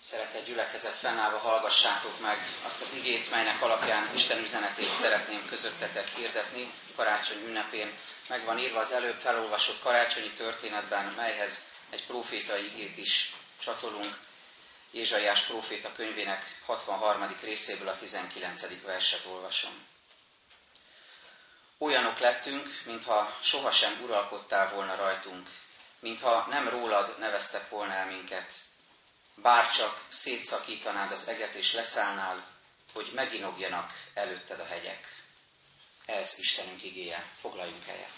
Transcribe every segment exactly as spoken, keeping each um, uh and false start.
Szeretett gyülekezet, fennállva hallgassátok meg azt az igét, melynek alapján Isten üzenetét szeretném közöttetek hirdetni karácsony ünnepén. Meg van írva az előbb felolvasott karácsonyi történetben, melyhez egy prófétai igét is csatolunk. Ézsaiás próféta könyvének hatvanharmadik részéből a tizenkilencedik verset olvasom. Olyanok lettünk, mintha sohasem uralkodtál volna rajtunk, mintha nem rólad neveztek volna el minket. Bárcsak szétszakítanád az eget és leszállnál, hogy meginogjanak előtted a hegyek. Ez Istenünk igéje. Foglaljunk helyet.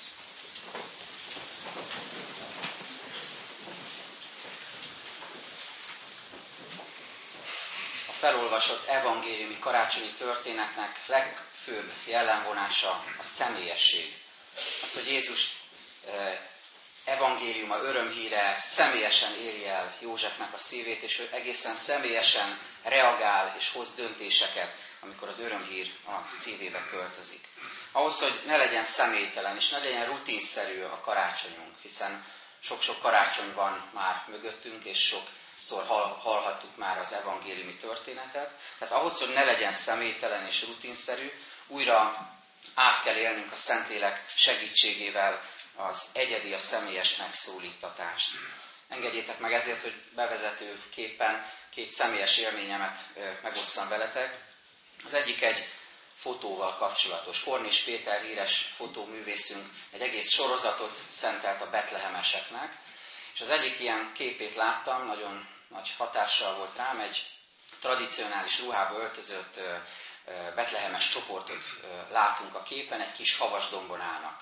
A felolvasott evangéliumi karácsonyi történetnek legfőbb jellemvonása a személyesség. Az, hogy Jézus evangéliuma, örömhíre személyesen éri el Józsefnek a szívét, és ő egészen személyesen reagál és hoz döntéseket, amikor az örömhír a szívébe költözik. Ahhoz, hogy ne legyen személytelen, és ne legyen rutinszerű a karácsonyunk, hiszen sok-sok karácsony van már mögöttünk, és sokszor hallhattuk már az evangéliumi történetet. Tehát ahhoz, hogy ne legyen személytelen és rutinszerű, újra át kell élnünk a Szentlélek segítségével az egyedi, a személyes megszólítatást. Engedjétek meg ezért, hogy bevezetőképpen két személyes élményemet megosszam veletek. Az egyik egy fotóval kapcsolatos. Kornis Péter híres fotóművészünk egy egész sorozatot szentelt a betlehemeseknek, és az egyik ilyen képét láttam, nagyon nagy hatással volt rám, egy tradicionális ruhába öltözött betlehemes csoportot látunk a képen, egy kis havasdombon állnak.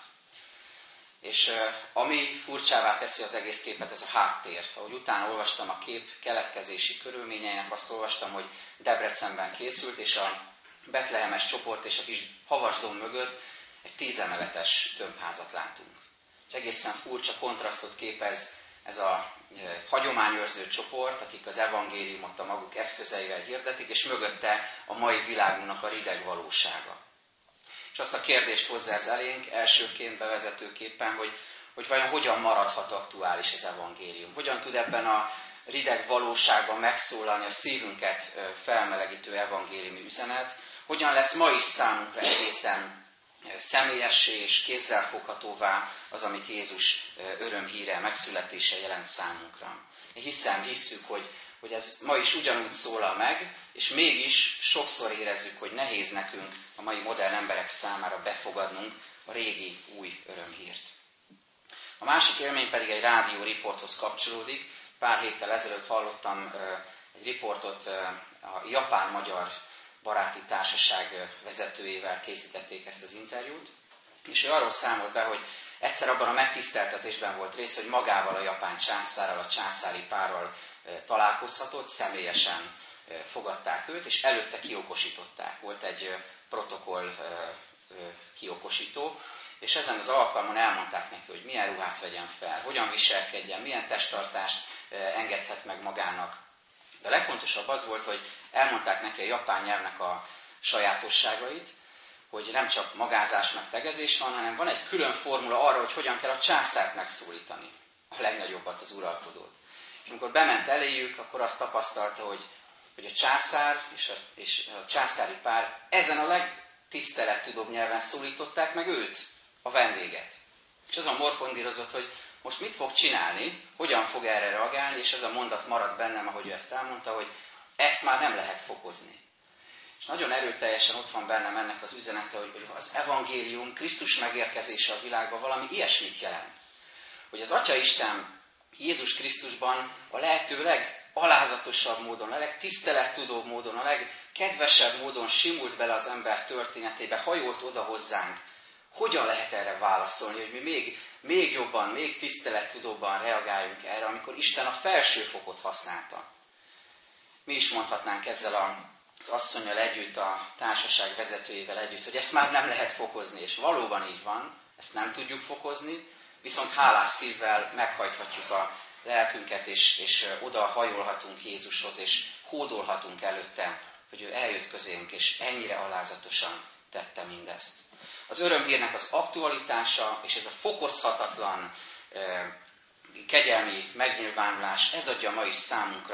És uh, ami furcsává teszi az egész képet, ez a háttér. Ahogy utána olvastam a kép keletkezési körülményeinek, azt olvastam, hogy Debrecenben készült, és a betlehemes csoport és a kis havasdomb mögött egy tízemeletes tömbházat látunk. És egészen furcsa kontrasztot képez ez a uh, hagyományőrző csoport, akik az evangéliumot a maguk eszközeivel hirdetik, és mögötte a mai világunknak a rideg valósága. És azt a kérdést hozza ez elénk elsőként, bevezetőképpen, hogy, hogy vajon hogyan maradhat aktuális az evangélium. Hogyan tud ebben a rideg valóságban megszólalni a szívünket felmelegítő evangéliumi üzenet. Hogyan lesz ma is számunkra egészen személyessé és kézzelfoghatóvá az, amit Jézus örömhíre, megszületése jelent számunkra. Hiszem, hisszük, hogy, hogy ez ma is ugyanúgy szólal meg, és mégis sokszor érezzük, hogy nehéz nekünk a mai modern emberek számára befogadnunk a régi új örömhírt. A másik élmény pedig egy rádió riporthoz kapcsolódik. Pár héttel ezelőtt hallottam egy riportot, a japán-magyar baráti társaság vezetőjével készítették ezt az interjút, és ő arról számolt be, hogy egyszer abban a megtiszteltetésben volt rész, hogy magával a japán császárral, a császári párral találkozhatott, személyesen fogadták őt, és előtte kiokosították. Volt egy protokoll kiokosító, és ezen az alkalmon elmondták neki, hogy milyen ruhát vegyen fel, hogyan viselkedjen, milyen testtartást engedhet meg magának. De a legfontosabb az volt, hogy elmondták neki a japán nyelvnek a sajátosságait, hogy nem csak magázás meg tegezés van, hanem van egy külön formula arra, hogy hogyan kell a császárt megszólítani, a legnagyobbat, az uralkodót. És amikor bement eléjük, akkor azt tapasztalta, hogy, hogy a császár és a, és a császári pár ezen a legtisztelettudóbb nyelven szólították meg őt, a vendéget. És azon morfondírozott, hogy most mit fog csinálni, hogyan fog erre reagálni, és ez a mondat maradt bennem, ahogy ő ezt elmondta, hogy ezt már nem lehet fokozni. És nagyon erőteljesen ott van bennem ennek az üzenete, hogy az evangélium, Krisztus megérkezése a világba valami ilyesmit jelent. Hogy az Atyaisten Jézus Krisztusban a lehető legalázatosabb módon, a legtisztelettudóbb módon, a legkedvesebb módon simult bele az ember történetébe, hajolt oda hozzánk. Hogyan lehet erre válaszolni, hogy mi még, még jobban, még tisztelettudóbban reagáljunk erre, amikor Isten a felső fokot használta. Mi is mondhatnánk ezzel az asszonnyal együtt, a társaság vezetőjével együtt, hogy ezt már nem lehet fokozni, és valóban így van, ezt nem tudjuk fokozni, viszont hálás szívvel meghajthatjuk a lelkünket, és, és oda hajolhatunk Jézushoz, és hódolhatunk előtte, hogy ő eljött közénk, és ennyire alázatosan tette mindezt. Az örömhírnek az aktualitása, és ez a fokozhatatlan, kegyelmi megnyilvánulás, ez adja ma is számunkra a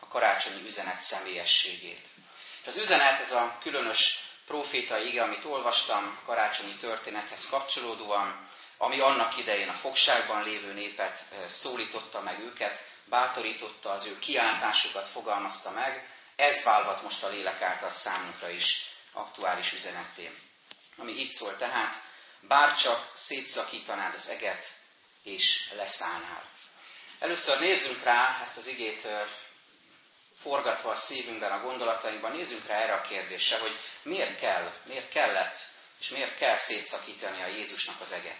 a karácsonyi üzenet személyességét. És az üzenet, ez a különös prófétai ige, amit olvastam karácsonyi történethez kapcsolódóan, ami annak idején a fogságban lévő népet szólította meg őket, bátorította, az ő kiáltásukat fogalmazta meg, ez válhat most a lélek által számunkra is aktuális üzenetté. Ami így szól tehát, bárcsak szétszakítanád az eget, és leszállnál. Először nézzünk rá, ezt az igét forgatva a szívünkben, a gondolatainkban, nézzünk rá erre a kérdésre, hogy miért kell, miért kellett, és miért kell szétszakítani a Jézusnak az eget.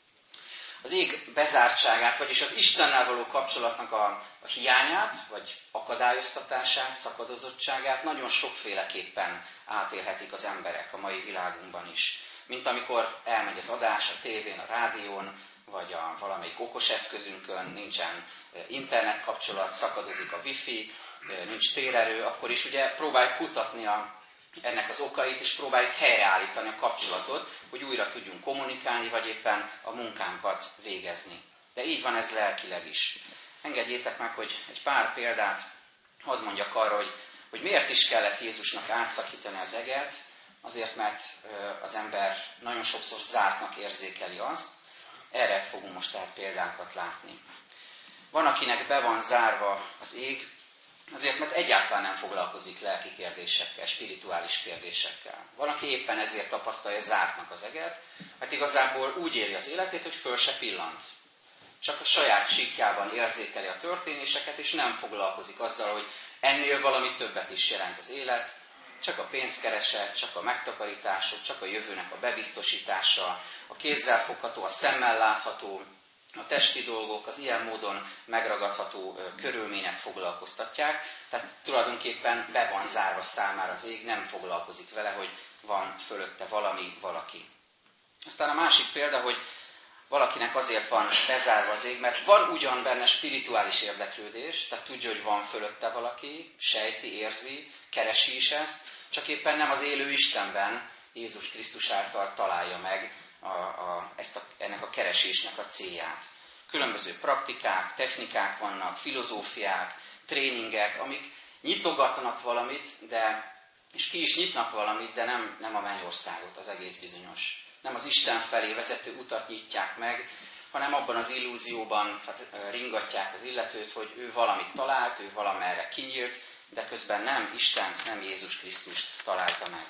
Az ég bezártságát, vagyis az Istennel való kapcsolatnak a, a hiányát, vagy akadályoztatását, szakadozottságát nagyon sokféleképpen átélhetik az emberek a mai világunkban is. Mint amikor elmegy az adás a tévén, a rádión, vagy a valamelyik okos eszközünkön, nincsen internet kapcsolat, szakadozik a wifi, nincs térerő, akkor is ugye próbáljuk kutatni a, ennek az okait, és próbáljuk helyreállítani a kapcsolatot, hogy újra tudjunk kommunikálni, vagy éppen a munkánkat végezni. De így van ez lelkileg is. Engedjétek meg, hogy egy pár példát hadd mondjak arra, hogy, hogy miért is kellett Jézusnak átszakítani az eget, azért, mert az ember nagyon sokszor zártnak érzékeli azt. Erre fogunk most tehát példákat látni. Van, akinek be van zárva az ég, azért, mert egyáltalán nem foglalkozik lelki kérdésekkel, spirituális kérdésekkel. Van, aki éppen ezért tapasztalja zártnak az eget, mert igazából úgy éli az életét, hogy föl se pillant. Csak a saját síkjában érzékeli a történéseket, és nem foglalkozik azzal, hogy ennél valami többet is jelent az élet, csak a pénzkereset, csak a megtakarítások, csak a jövőnek a bebiztosítása, a kézzel fogható, a szemmel látható, a testi dolgok, az ilyen módon megragadható körülmények foglalkoztatják, tehát tulajdonképpen be van zárva számára az ég, nem foglalkozik vele, hogy van fölötte valami, valaki. Aztán a másik példa, hogy valakinek azért van bezárva az ég, mert van ugyan benne spirituális érdeklődés, tehát tudja, hogy van fölötte valaki, sejti, érzi, keresi is ezt, csak éppen nem az élő Istenben, Jézus Krisztus által találja meg a, a, ezt a, ennek a keresésnek a célját. Különböző praktikák, technikák vannak, filozófiák, tréningek, amik nyitogatnak valamit, de, és ki is nyitnak valamit, de nem, nem a mennyországot, az egész bizonyos. Nem az Isten felé vezető utat nyitják meg, hanem abban az illúzióban ringatják az illetőt, hogy ő valamit talált, ő valamerre kinyílt, de közben nem Istent, nem Jézus Krisztust találta meg.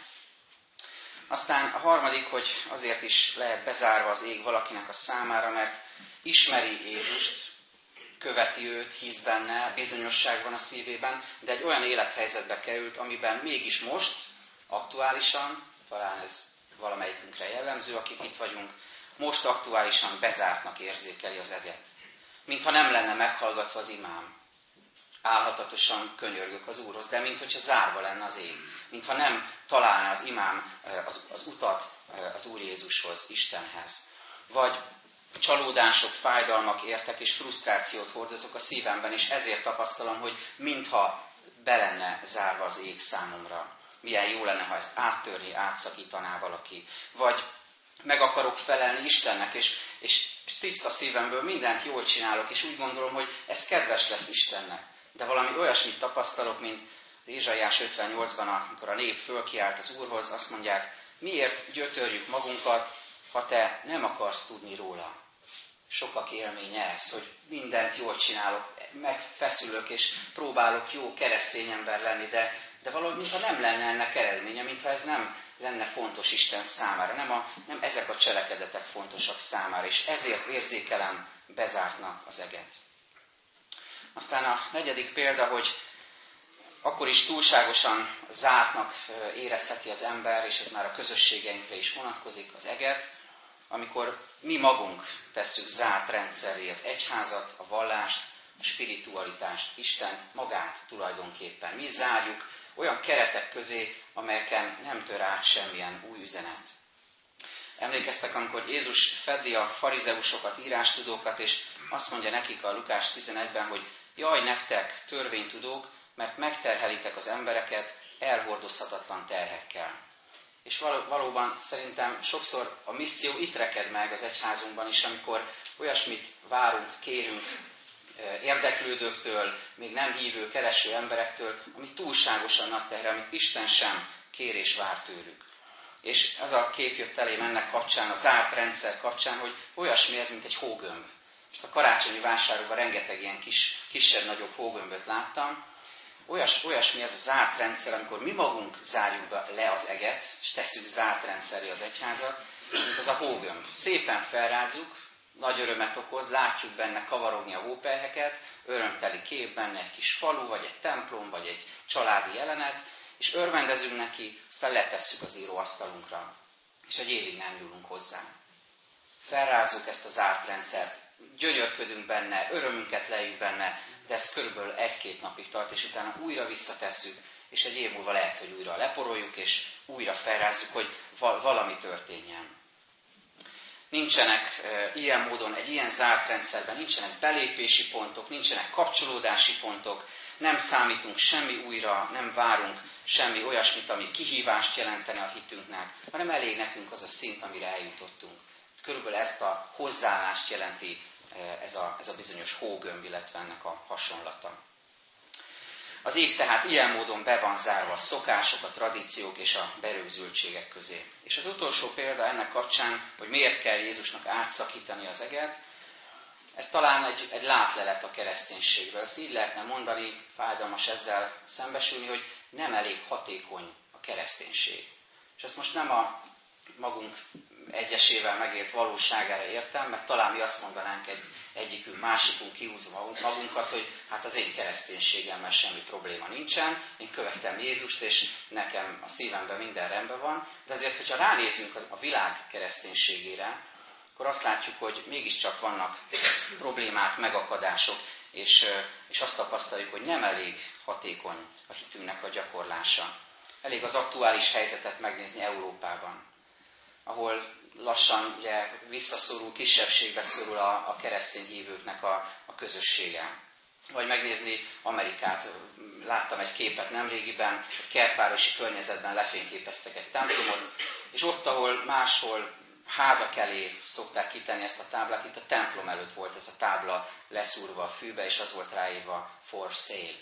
Aztán a harmadik, hogy azért is lehet bezárva az ég valakinek a számára, mert ismeri Jézust, követi őt, hisz benne, bizonyosság van a szívében, de egy olyan élethelyzetbe került, amiben mégis most, aktuálisan, talán ez valamelyikünkre jellemző, akik itt vagyunk, most aktuálisan bezártnak érzékeli az eget. Mintha nem lenne meghallgatva az imám. Álhatatosan könyörgök az Úrhoz, de minthogyha zárva lenne az ég. Mintha nem találná az imám az, az utat az Úr Jézushoz, Istenhez. Vagy csalódások, fájdalmak értek, és frusztrációt hordozok a szívemben, és ezért tapasztalom, hogy mintha be lenne zárva az ég számomra. Milyen jó lenne, ha ezt áttörni, átszakítaná valaki. Vagy meg akarok felelni Istennek, és, és tiszta szívemből mindent jól csinálok, és úgy gondolom, hogy ez kedves lesz Istennek. De valami olyasmit tapasztalok, mint az Ézsaiás ötvennyolcban, amikor a nép fölkiált az Úrhoz, azt mondják, miért gyötörjük magunkat, ha te nem akarsz tudni róla. Sokak élménye ez, hogy mindent jól csinálok, megfeszülök, és próbálok jó keresztény ember lenni, de, de valahogy mintha nem lenne ennek eredménye, mintha ez nem lenne fontos Isten számára, nem, a, nem ezek a cselekedetek fontosak számára, és ezért érzékelem bezártnak az eget. Aztán a negyedik példa, hogy akkor is túlságosan zártnak érezheti az ember, és ez már a közösségeinkre is vonatkozik, az eget, amikor mi magunk tesszük zárt rendszerré az egyházat, a vallást, a spiritualitást, Istent magát tulajdonképpen. Mi zárjuk olyan keretek közé, amelyeken nem tör át semmilyen új üzenet. Emlékeztek, amikor Jézus fedi a farizeusokat, írástudókat, és azt mondja nekik a Lukás tizenegyben, hogy jaj nektek, törvénytudók, mert megterhelitek az embereket elhordozhatatlan terhekkel. És valóban szerintem sokszor a misszió itt reked meg az egyházunkban is, amikor olyasmit várunk, kérünk érdeklődőktől, még nem hívő, kereső emberektől, ami túlságosan nagy teher, amit Isten sem kér és vár tőlük. És az a kép jött elém ennek kapcsán, a zárt rendszer kapcsán, hogy olyasmi ez, mint egy hógömb. És a karácsonyi vásárokban rengeteg ilyen kis, kisebb-nagyobb hógömböt láttam. Olyas, olyasmi ez a zárt rendszer, amikor mi magunk zárjuk le az eget, és tesszük zárt rendszerré az egyházat, mint az a hógömb. Szépen felrázzuk, nagy örömet okoz, látjuk benne kavarogni a hópelyheket, örömteli kép benne egy kis falu, vagy egy templom, vagy egy családi jelenet, és örvendezünk neki, aztán letesszük az íróasztalunkra, és egy évig nem nyúlunk hozzá. Felrázzuk ezt a zárt rendszert, gyönyörködünk benne, örömünket lejjük benne, de ez körülbelül egy-két napig tart, és utána újra visszatesszük, és egy év múlva lehet, hogy újra leporoljuk, és újra felrázzuk, hogy valami történjen. Nincsenek e, ilyen módon, egy ilyen zárt rendszerben, nincsenek belépési pontok, nincsenek kapcsolódási pontok, nem számítunk semmi újra, nem várunk semmi olyasmit, ami kihívást jelentene a hitünknek, hanem elég nekünk az a szint, amire eljutottunk. Körülbelül ezt a hozzáállást jelenti ez a, ez a bizonyos hógömb, illetve ennek a hasonlata. Az ég tehát ilyen módon be van zárva a szokások, a tradíciók és a berögzültségek közé. És az utolsó példa ennek kapcsán, hogy miért kell Jézusnak átszakítani az eget, ez talán egy, egy látlelet a kereszténységről. Ezt így lehetne mondani, fájdalmas ezzel szembesülni, hogy nem elég hatékony a kereszténység. És ezt most nem a magunk egyesével megért valóságára értem, mert talán mi azt mondanánk egy, egyikünk, másikunk kihúzva magunkat, hogy hát az én kereszténységemmel semmi probléma nincsen, én követem Jézust, és nekem a szívemben minden rendben van, de azért, hogyha ránézünk a világ kereszténységére, akkor azt látjuk, hogy mégiscsak vannak problémák, megakadások, és, és azt tapasztaljuk, hogy nem elég hatékony a hitünknek a gyakorlása. Elég az aktuális helyzetet megnézni Európában, ahol lassan ugye, visszaszorul, kisebbségbe szorul a, a keresztény hívőknek a, a közössége. Vagy megnézni Amerikát. Láttam egy képet nemrégiben, hogy kertvárosi környezetben lefényképeztek egy templomot, és ott, ahol máshol házak elé szokták kitenni ezt a táblát, itt a templom előtt volt ez a tábla leszúrva a fűbe, és az volt ráírva for sale,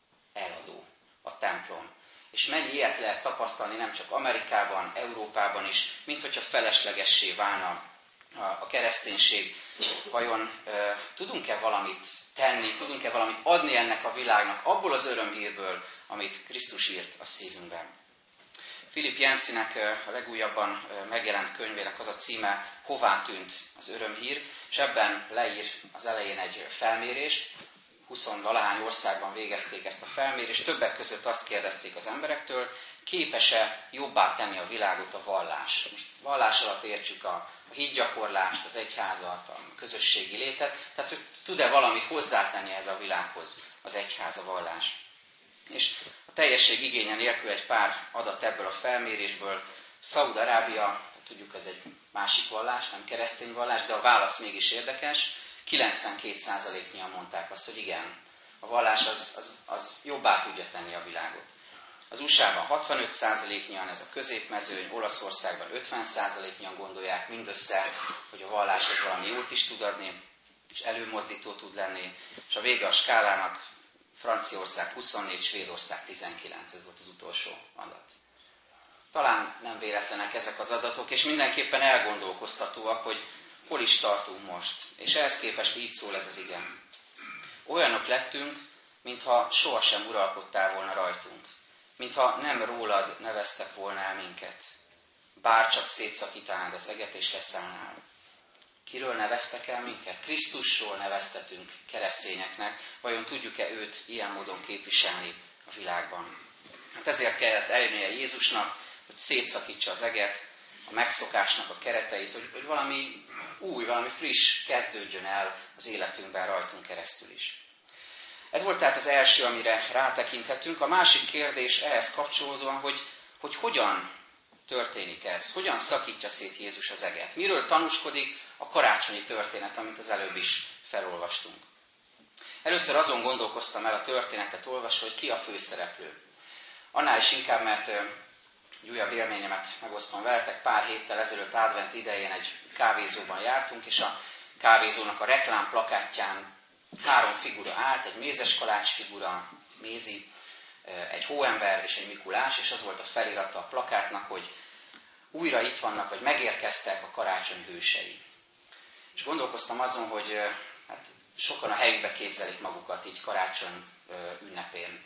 eladó, a templom. És mennyi ilyet lehet tapasztalni nem csak Amerikában, Európában is, mint hogyha feleslegessé válna a kereszténység. Vajon e, tudunk-e valamit tenni, tudunk-e valamit adni ennek a világnak, abból az örömhírből, amit Krisztus írt a szívünkben? Philip Yanceynek a legújabban megjelent könyvének az a címe, Hová tűnt az örömhír, és ebben leír az elején egy felmérést. huszonvalahány országban végezték ezt a felmérést, többek között azt kérdezték az emberektől, képes-e jobbá tenni a világot a vallás. Most vallás alatt értsük a, a hitgyakorlást, az egyházat, a közösségi létet, tehát hogy tud-e valamit hozzátenni ehhez a világhoz az egyház, a vallás. És a teljesség igénye nélkül egy pár adat ebből a felmérésből. Szaúd-Arábia, tudjuk, ez egy másik vallás, nem keresztény vallás, de a válasz mégis érdekes. kilencvenkét százaléknyian mondták azt, hogy igen, a vallás az, az, az jobbá tudja tenni a világot. Az u es á-ban hatvanöt százaléknyian, ez a középmezőny, Olaszországban ötven százaléknyian gondolják mindössze, hogy a vallás az valami jót is tud adni, és előmozdító tud lenni, és a vége a skálának Franciaország huszonnégy, Svédország tizenkilenc, ez volt az utolsó adat. Talán nem véletlenek ezek az adatok, és mindenképpen elgondolkoztatóak, hogy hol is tartunk most. És ehhez képest így szól ez az ige. Olyanok lettünk, mintha sohasem uralkodtál volna rajtunk. Mintha nem rólad neveztek volna el minket. Bár csak szétszakítanád az eget és leszállnál. Kiről neveztek el minket? Krisztusról neveztetünk keresztényeknek. Vajon tudjuk-e őt ilyen módon képviselni a világban? Hát ezért kellett eljönnie Jézusnak, hogy szétszakítsa az eget, a megszokásnak a kereteit, hogy, hogy valami új, valami friss kezdődjön el az életünkben rajtunk keresztül is. Ez volt tehát az első, amire rátekinthetünk. A másik kérdés ehhez kapcsolódóan, hogy, hogy hogyan történik ez, hogyan szakítja szét Jézus az eget. Miről tanúskodik a karácsonyi történet, amit az előbb is felolvastunk. Először azon gondolkoztam el a történetet olvasva, hogy ki a főszereplő. Annál is inkább, mert egy újabb élményemet megosztom veletek. Pár héttel ezelőtt advent idején egy kávézóban jártunk, és a kávézónak a reklámplakátján Három figura állt, egy mézeskalács figura, Mézi, egy hóember és egy Mikulás, és az volt a felirata a plakátnak, hogy újra itt vannak, vagy megérkeztek a karácsony hősei. És gondolkoztam azon, hogy hát sokan a helyükbe képzelik magukat így karácsony ünnepén.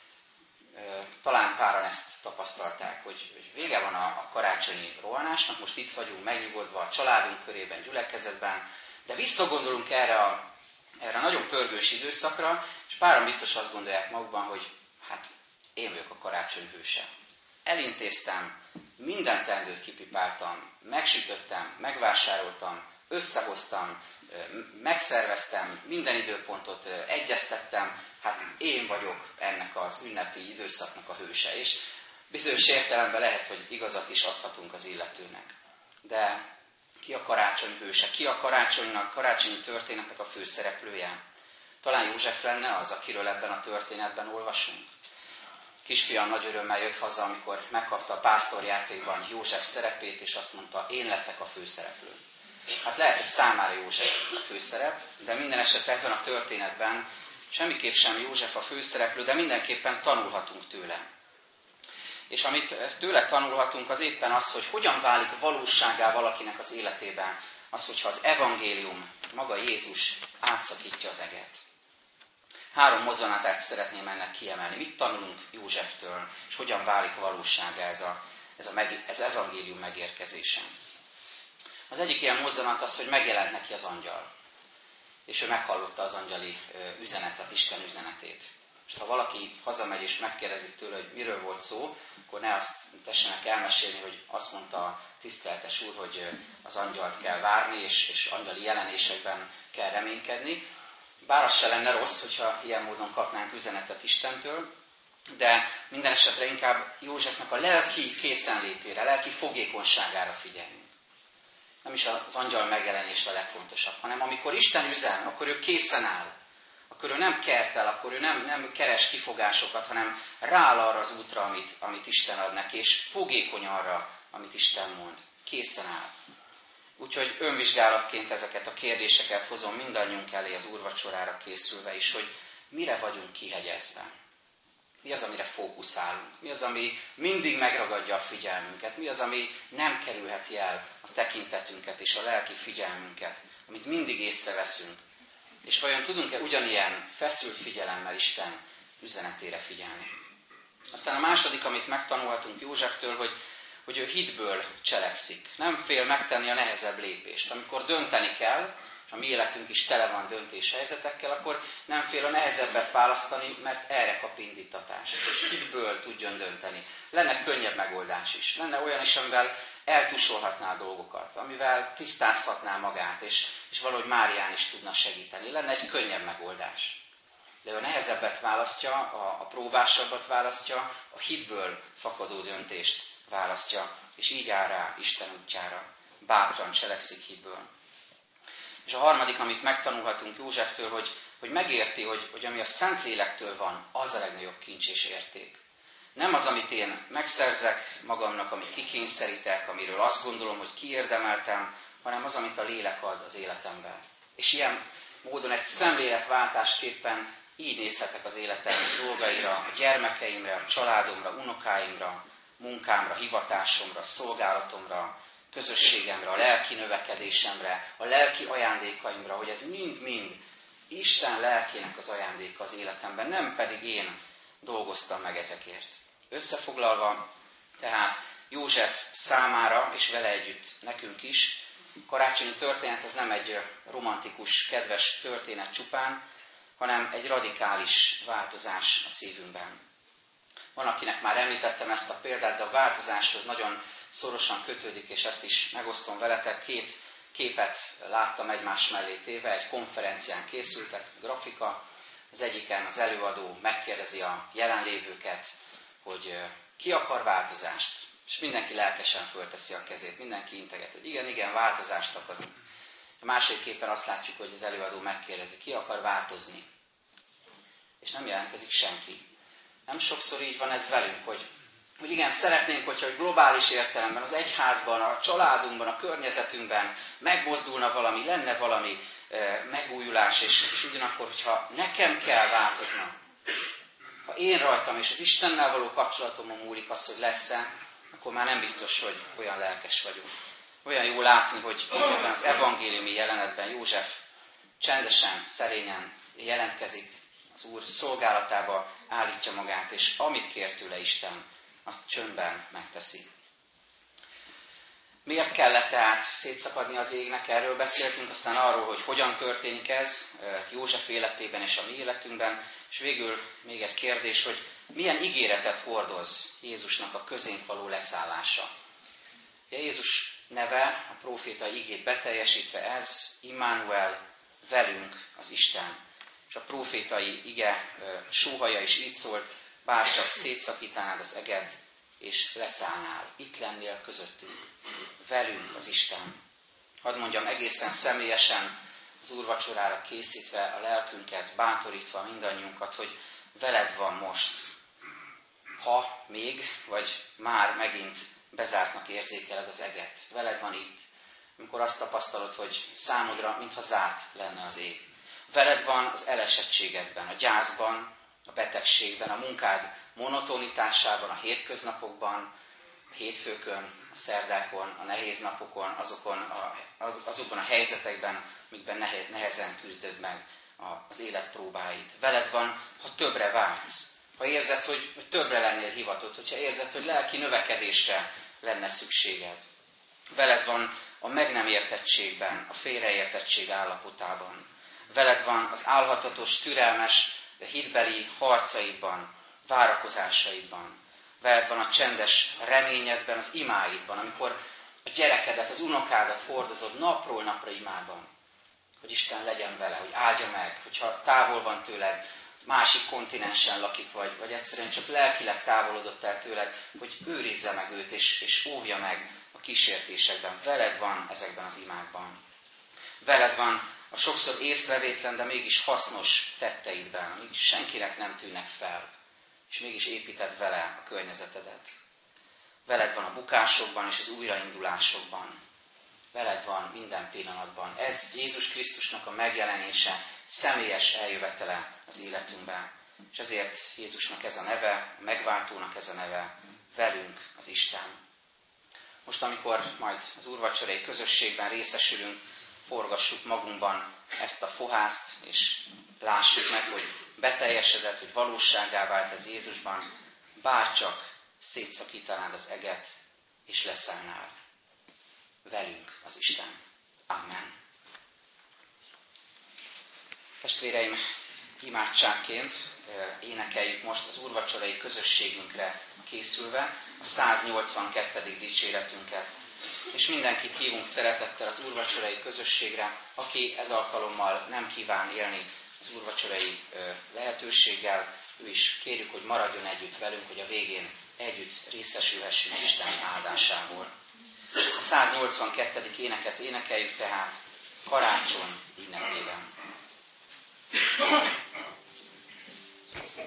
Talán páran ezt tapasztalták, hogy, hogy vége van a, a karácsonyi rohanásnak, most itt vagyunk megnyugodva a családunk körében, gyülekezetben, de visszagondolunk erre a, erre a nagyon pörgős időszakra, és páran biztos azt gondolják magukban, hogy hát én vagyok a karácsony hőse. Elintéztem, minden teendőt kipipáltam, megsütöttem, megvásároltam, összehoztam, megszerveztem, minden időpontot egyeztettem, hát én vagyok ennek az ünnepi időszaknak a hőse, és bizonyos értelemben lehet, hogy igazat is adhatunk az illetőnek. De ki a karácsony hőse? Ki a karácsonynak, karácsonyi történetnek a főszereplője? Talán József lenne az, akiről ebben a történetben olvasunk. Kisfiam nagy örömmel jött haza, amikor megkapta a pásztorjátékban József szerepét, és azt mondta, én leszek a főszereplő. Hát lehet, hogy számára József a főszerep, de minden esetre ebben a történetben semmiképp sem József a főszereplő, de mindenképpen tanulhatunk tőle. És amit tőle tanulhatunk, az éppen az, hogy hogyan válik valósággá valakinek az életében az, hogyha az evangélium, maga Jézus átszakítja az eget. Három mozzanatát szeretném ennek kiemelni. Mit tanulunk Józseftől, és hogyan válik valósággá ez, a, ez, a meg, ez evangélium megérkezése. Az egyik ilyen mozzanat az, hogy megjelent neki az angyal. És ő meghallotta az angyali üzenetet, Isten üzenetét. És ha valaki hazamegy és megkérdezik tőle, hogy miről volt szó, akkor ne azt tessenek elmesélni, hogy azt mondta a tiszteletes úr, hogy az angyalt kell várni, és, és angyali jelenésekben kell reménykedni. Bár az se lenne rossz, hogyha ilyen módon kapnánk üzenetet Istentől, de minden esetre inkább Józsefnek a lelki készenlétére, lelki fogékonyságára figyeljünk. Nem is az angyal megjelenés a legfontosabb, hanem amikor Isten üzen, akkor ő készen áll. Akkor ő nem kertel, akkor ő nem, nem keres kifogásokat, hanem rááll arra az útra, amit, amit Isten ad neki, és fogékony arra, amit Isten mond. Készen áll. Úgyhogy önvizsgálatként ezeket a kérdéseket hozom mindannyiunk elé az úrvacsorára készülve is, hogy mire vagyunk kihegyezve. Mi az, amire fókuszálunk? Mi az, ami mindig megragadja a figyelmünket? Mi az, ami nem kerülheti el a tekintetünket és a lelki figyelmünket, amit mindig észreveszünk? És vajon tudunk-e ugyanilyen feszült figyelemmel Isten üzenetére figyelni? Aztán a második, amit megtanulhatunk Józseftől, hogy, hogy ő hitből cselekszik. Nem fél megtenni a nehezebb lépést. Amikor dönteni kell, és a mi életünk is tele van döntéshelyzetekkel, akkor nem fél a nehezebbet választani, mert erre kap indítatást. Hitből tudjon dönteni. Lenne könnyebb megoldás is. Lenne olyan is, amivel eltusolhatná a dolgokat, amivel tisztázhatná magát, és, és valahogy Márián is tudna segíteni. Lenne egy könnyebb megoldás. De ő a nehezebbet választja, a, a próbásabbat választja, a hitből fakadó döntést választja, és így áll rá Isten útjára. Bátran cselekszik hitből. És a harmadik, amit megtanulhatunk Józseftől, hogy, hogy megérti, hogy, hogy ami a Szentlélektől van, az a legnagyobb kincs és érték. Nem az, amit én megszerzek magamnak, amit kikényszerítek, amiről azt gondolom, hogy kiérdemeltem, hanem az, amit a lélek ad az életemben. És ilyen módon egy szemléletváltásképpen így nézhetek az életem dolgaira, a gyermekeimre, a családomra, unokáimra, munkámra, hivatásomra, szolgálatomra, közösségemre, a lelki növekedésemre, a lelki ajándékaimra, hogy ez mind-mind Isten lelkének az ajándéka az életemben, nem pedig én dolgoztam meg ezekért. Összefoglalva, tehát József számára, és vele együtt nekünk is, a karácsonyi történet az nem egy romantikus, kedves történet csupán, hanem egy radikális változás a szívünkben. Van, akinek már említettem ezt a példát, de a változáshoz nagyon szorosan kötődik, és ezt is megosztom veletek. Két képet láttam egymás mellé téve, egy konferencián készültek, grafika. Az egyiken az előadó megkérdezi a jelenlévőket, hogy ki akar változást. És mindenki lelkesen fölteszi a kezét, mindenki integet, hogy igen, igen, változást akarunk. A másik képen azt látjuk, hogy az előadó megkérdezi, ki akar változni. És nem jelentkezik senki. Nem sokszor így van ez velünk, hogy, hogy igen, szeretnénk, hogyha hogy globális értelemben, az egyházban, a családunkban, a környezetünkben megmozdulna valami, lenne valami, megújulás, és, és ugyanakkor, hogyha nekem kell változnom, ha én rajtam és az Istennel való kapcsolatomon múlik az, hogy lesz-e, akkor már nem biztos, hogy olyan lelkes vagyunk. Olyan jó látni, hogy ebben az evangéliumi jelenetben József csendesen, szerényen jelentkezik, az Úr szolgálatába állítja magát, és amit kér tőle Isten, azt csöndben megteszi. Miért kellett tehát szétszakadni az égnek? Erről beszéltünk, aztán arról, hogy hogyan történik ez József életében és a mi életünkben, és végül még egy kérdés, hogy milyen ígéretet hordoz Jézusnak a közénk való leszállása. Ugye Jézus neve, a prófétai igét beteljesítve ez, Immanuel, velünk az Isten. És a prófétai ige sóhaja is így szólt, bárcsak szétszakítanád az eget, és leszállnál. Itt lennél közöttünk. Velünk az Isten. Hadd mondjam egészen személyesen, az úrvacsorára készítve a lelkünket, bátorítva mindannyiunkat, hogy veled van most. Ha még, vagy már megint bezártnak érzékeled az eget. Veled van itt. Amikor azt tapasztalod, hogy számodra, mintha zárt lenne az ég. Veled van az elesettségedben, a gyászban, a betegségben, a munkád monotonitásában, a hétköznapokban, a hétfőkön, a szerdákon, a nehéz napokon, azokon a, azokban a helyzetekben, amikben nehezen küzdöd meg az élet próbáit. Veled van, ha többre vágysz, ha érzed, hogy többre lennél hivatott, hogyha érzed, hogy lelki növekedésre lenne szükséged. Veled van a meg nem értettségben, a félreértettség állapotában. Veled van az álhatatos, türelmes, hitbeli harcaidban, várakozásaidban. Veled van a csendes reményedben, az imáidban, amikor a gyerekedet, az unokádat hordozod napról napra imában. Hogy Isten legyen vele, hogy áldja meg, hogyha távol van tőled, másik kontinensen lakik, vagy, vagy egyszerűen csak lelkileg távolodott el tőled, hogy őrizze meg őt, és, és óvja meg a kísértésekben. Veled van ezekben az imákban. Veled van a sokszor észrevétlen, de mégis hasznos tetteidben, amik senkinek nem tűnnek fel, és mégis építed vele a környezetedet. Veled van a bukásokban és az újraindulásokban. Veled van minden pillanatban. Ez Jézus Krisztusnak a megjelenése, személyes eljövetele az életünkben. És ezért Jézusnak ez a neve, a megváltónak ez a neve, velünk az Isten. Most, amikor majd az úrvacsorai közösségben részesülünk, forgassuk magunkban ezt a fohászt, és lássuk meg, hogy beteljesedett, hogy valósággá vált ez Jézusban, bárcsak szétszakítanád az eget, és leszállnál. Velünk az Isten. Amen. Testvéreim, imádságként énekeljük most az úrvacsorai közösségünkre készülve a száznyolcvankettedik dicséretünket. És mindenkit hívunk szeretettel az úrvacsorai közösségre, aki ez alkalommal nem kíván élni az úrvacsorai lehetőséggel, ő is kérjük, hogy maradjon együtt velünk, hogy a végén együtt részesülhessünk Isten áldásából. A száznyolcvankettedik éneket énekeljük tehát karácsony ünnepében.